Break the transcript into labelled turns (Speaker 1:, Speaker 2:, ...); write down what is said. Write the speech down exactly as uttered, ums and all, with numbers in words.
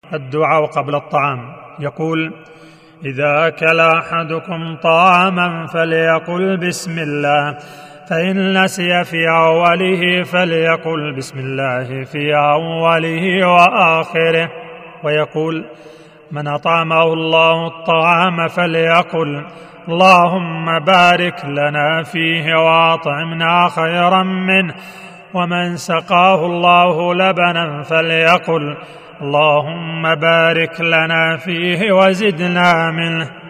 Speaker 1: الدعاء قبل الطعام. يقول: إذا أكل أحدكم طعاما فليقل بسم الله، فإن نسي في أوله فليقل بسم الله في أوله وآخره. ويقول: من أطعمه الله الطعام فليقل اللهم بارك لنا فيه وأطعمنا خيرا منه، ومن سقاه الله لبنا فليقل اللهم بارك لنا فيه وزدنا منه.